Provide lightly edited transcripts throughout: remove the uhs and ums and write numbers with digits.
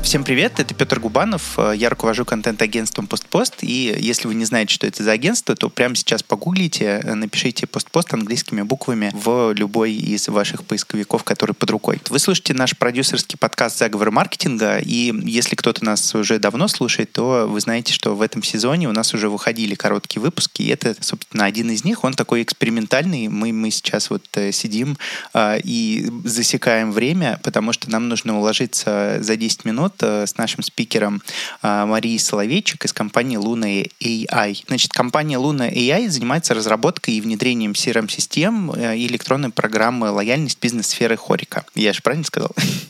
Всем привет, это Петр Губанов, я руковожу контент-агентством «Постпост», и если вы не знаете, что это за агентство, то прямо сейчас погуглите, напишите «Постпост» английскими буквами в любой из ваших поисковиков, который под рукой. Вы слушаете наш продюсерский подкаст «Заговоры маркетинга», и если кто-то нас уже давно слушает, то вы знаете, что в этом сезоне у нас уже выходили короткие выпуски, и это, собственно, один из них, он такой экспериментальный. Мы сейчас вот сидим и засекаем время, потому что нам нужно уложиться за 10 минут с нашим спикером Марией Соловейчик из компании Luna AI. Значит, компания Luna AI занимается разработкой и внедрением CRM-систем и электронной программы лояльность бизнес-сферы Хорика. Я же правильно сказал?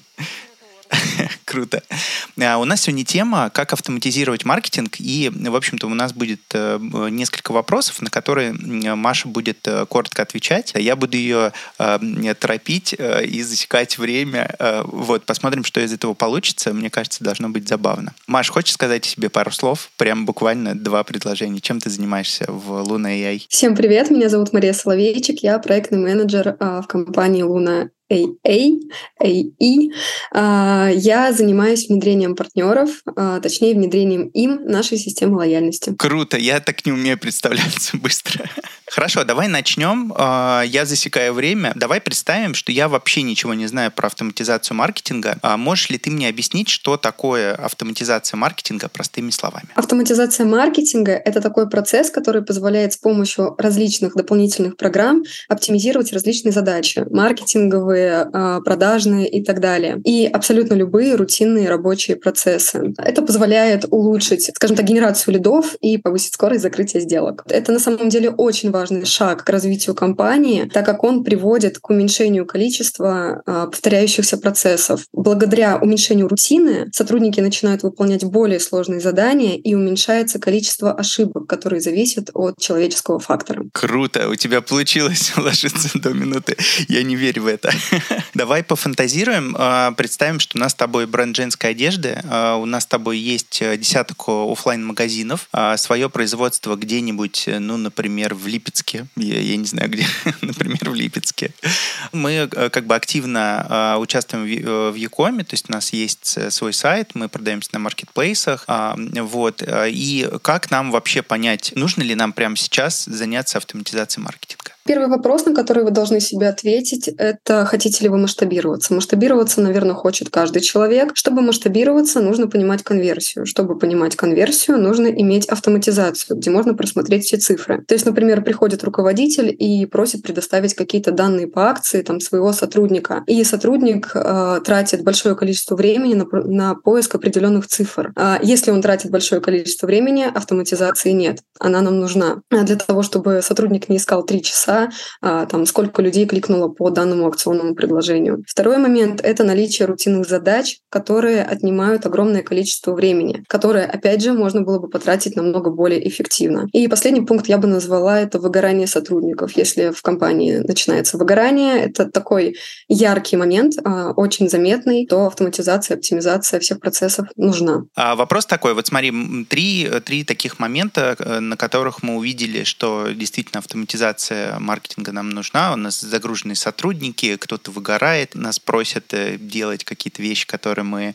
Круто. У нас сегодня тема «Как автоматизировать маркетинг». И, в общем-то, у нас будет несколько вопросов, на которые Маша будет коротко отвечать. Я буду ее торопить и засекать время. Вот, посмотрим, что из этого получится. Мне кажется, должно быть забавно. Маш, хочешь сказать о себе пару слов? Прям буквально 2 предложения. Чем ты занимаешься в Luna AI? Всем привет, меня зовут Мария Соловейчик, я проектный менеджер в компании Luna AI. Я занимаюсь внедрением партнеров, точнее внедрением им нашей системы лояльности. Круто, я так не умею представляться быстро. Хорошо, давай начнем. Я засекаю время. Давай представим, что я вообще ничего не знаю про автоматизацию маркетинга. Можешь ли ты мне объяснить, что такое автоматизация маркетинга простыми словами? Автоматизация маркетинга — это такой процесс, который позволяет с помощью различных дополнительных программ оптимизировать различные задачи. Маркетинговые, продажные и так далее. И абсолютно любые рутинные рабочие процессы. Это позволяет улучшить, скажем так, генерацию лидов и повысить скорость закрытия сделок. Это на самом деле очень важный шаг к развитию компании, так как он приводит к уменьшению количества повторяющихся процессов. Благодаря уменьшению рутины сотрудники начинают выполнять более сложные задания и уменьшается количество ошибок, которые зависят от человеческого фактора. Круто! У тебя получилось уложиться до минуты. Я не верю в это. Давай пофантазируем. Представим, что у нас с тобой бренд женской одежды. У нас с тобой есть десяток офлайн-магазинов. Свое производство где-нибудь, ну, например, в Липецке. Я не знаю, где. Например, в Липецке. Мы как бы активно участвуем в e-коме, то есть у нас есть свой сайт, мы продаемся на маркетплейсах. Вот. И как нам вообще понять, нужно ли нам прямо сейчас заняться автоматизацией маркетинга? Первый вопрос, на который вы должны себе ответить, это хотите ли вы масштабироваться. Масштабироваться, наверное, хочет каждый человек. Чтобы масштабироваться, нужно понимать конверсию. Чтобы понимать конверсию, нужно иметь автоматизацию, где можно просмотреть все цифры. То есть, например, приходит руководитель и просит предоставить какие-то данные по акции своего сотрудника. И сотрудник тратит большое количество времени на поиск определенных цифр. Если он тратит большое количество времени, автоматизации нет. Она нам нужна. Для того, чтобы сотрудник не искал 3 часа, сколько людей кликнуло по данному акционному предложению. Второй момент — это наличие рутинных задач, которые отнимают огромное количество времени, которое, опять же, можно было бы потратить намного более эффективно. И последний пункт я бы назвала — это выгорание сотрудников. Если в компании начинается выгорание, это такой яркий момент, очень заметный, то автоматизация, оптимизация всех процессов нужна. Вопрос такой, вот смотри, три таких момента, на которых мы увидели, что действительно автоматизация маркетинга нам нужна. У нас загруженные сотрудники, кто-то выгорает, нас просят делать какие-то вещи, которые мы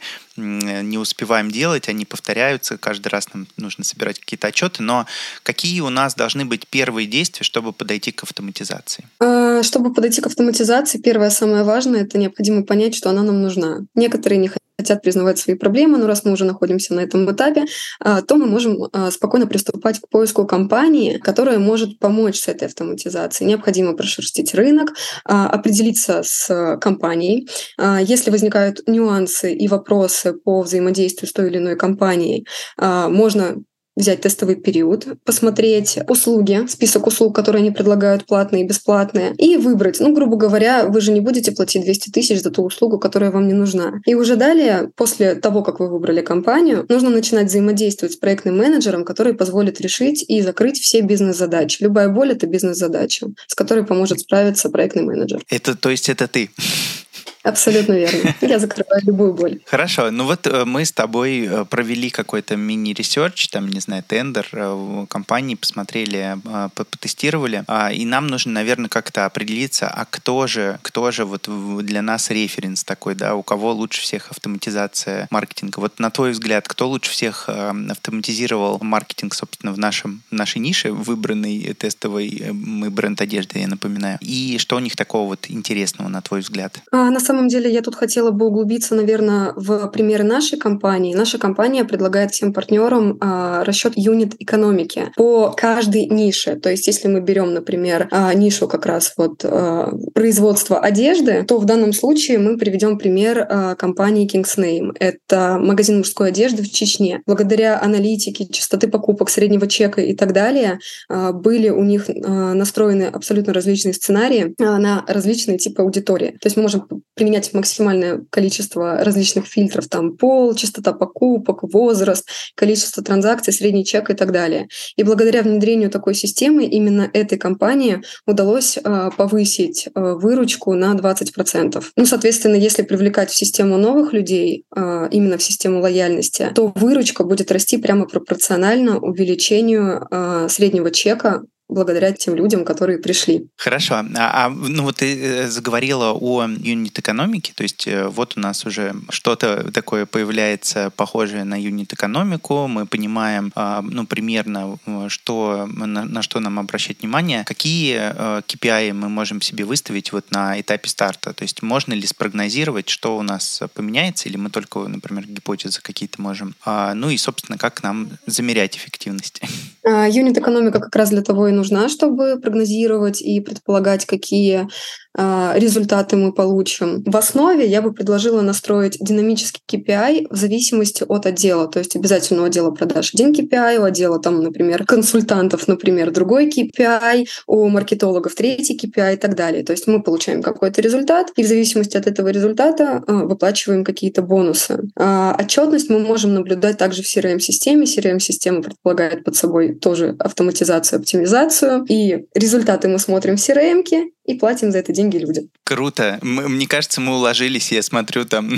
не успеваем делать, они повторяются, каждый раз нам нужно собирать какие-то отчеты, но какие у нас должны быть первые действия, чтобы подойти к автоматизации? Чтобы подойти к автоматизации, первое, самое важное, это необходимо понять, что она нам нужна. Некоторые не хотят признавать свои проблемы, но раз мы уже находимся на этом этапе, то мы можем спокойно приступать к поиску компании, которая может помочь с этой автоматизацией. Необходимо прошерстить рынок, определиться с компанией. Если возникают нюансы и вопросы по взаимодействию с той или иной компанией, можно взять тестовый период, посмотреть услуги, список услуг, которые они предлагают, платные и бесплатные, и выбрать. Грубо говоря, вы же не будете платить 200 тысяч за ту услугу, которая вам не нужна. И уже далее, после того, как вы выбрали компанию, нужно начинать взаимодействовать с проектным менеджером, который позволит решить и закрыть все бизнес-задачи. Любая боль — это бизнес-задача, с которой поможет справиться проектный менеджер. То есть это ты? Абсолютно верно. Я закрываю любую боль. Хорошо, ну вот мы с тобой провели какой-то мини-ресерч, там, не знаю, тендер в компании, посмотрели, потестировали, и нам нужно, наверное, как-то определиться, а кто же вот для нас референс такой, да, у кого лучше всех автоматизация маркетинга. Вот на твой взгляд, кто лучше всех автоматизировал маркетинг, собственно, в нашей нише, выбранной тестовой, мы бренд одежды, я напоминаю, и что у них такого вот интересного, на твой взгляд? На самом деле я тут хотела бы углубиться, наверное, в примеры нашей компании. Наша компания предлагает всем партнерам расчет юнит экономики по каждой нише. То есть если мы берем, например, нишу как раз вот производства одежды, то в данном случае мы приведем пример компании King's Name. Это магазин мужской одежды в Чечне. Благодаря аналитике, частоты покупок, среднего чека и так далее, были у них настроены абсолютно различные сценарии на различные типы аудитории. То есть мы можем применять максимальное количество различных фильтров, там пол, частота покупок, возраст, количество транзакций, средний чек и так далее. И благодаря внедрению такой системы именно этой компании удалось повысить выручку на 20%. Ну, соответственно, если привлекать в систему новых людей, именно в систему лояльности, то выручка будет расти прямо пропорционально увеличению среднего чека благодаря тем людям, которые пришли. Хорошо. Ну вот ты заговорила о юнит-экономике, то есть вот у нас уже что-то такое появляется похожее на юнит-экономику, мы понимаем, ну, примерно, на что нам обращать внимание, какие KPI мы можем себе выставить вот на этапе старта, то есть можно ли спрогнозировать, что у нас поменяется, или мы только, например, гипотезы какие-то можем, ну и, собственно, как нам замерять эффективность. Юнит-экономика как раз для того и нужна, чтобы прогнозировать и предполагать, какие результаты мы получим. В основе я бы предложила настроить динамический KPI в зависимости от отдела. То есть обязательно у отдела продаж один KPI, у отдела, там, например, консультантов, например, другой KPI, у маркетологов третий KPI и так далее. То есть мы получаем какой-то результат, и в зависимости от этого результата выплачиваем какие-то бонусы. Отчетность мы можем наблюдать также в CRM-системе. CRM-система предполагает под собой тоже автоматизацию, оптимизацию. И результаты мы смотрим в CRM-ке и платим за это деньги людям. Круто. Мне кажется, мы уложились, я смотрю там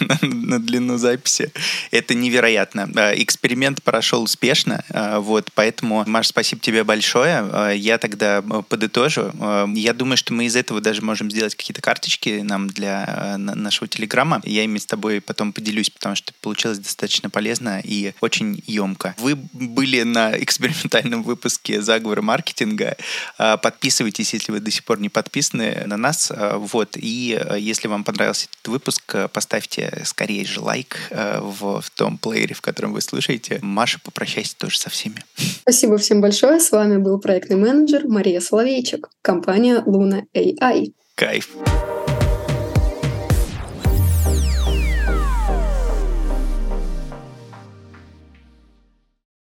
на длину записи. Это невероятно. Эксперимент прошел успешно, вот, поэтому, Маш, спасибо тебе большое. Я тогда подытожу. Я думаю, что мы из этого даже можем сделать какие-то карточки нам для нашего телеграма. Я ими с тобой потом поделюсь, потому что получилось достаточно полезно и очень емко. Вы были на экспериментальном выпуске «Заговора маркетинга». Подписывайтесь, если вы до сих пор не подписаны на нас. Вот. И если вам понравился этот выпуск, поставьте скорее же лайк в том плеере, в котором вы слушаете. Маша, попрощайся тоже со всеми. Спасибо всем большое. С вами был проектный менеджер Мария Соловейчик, компания Luna AI. Кайф.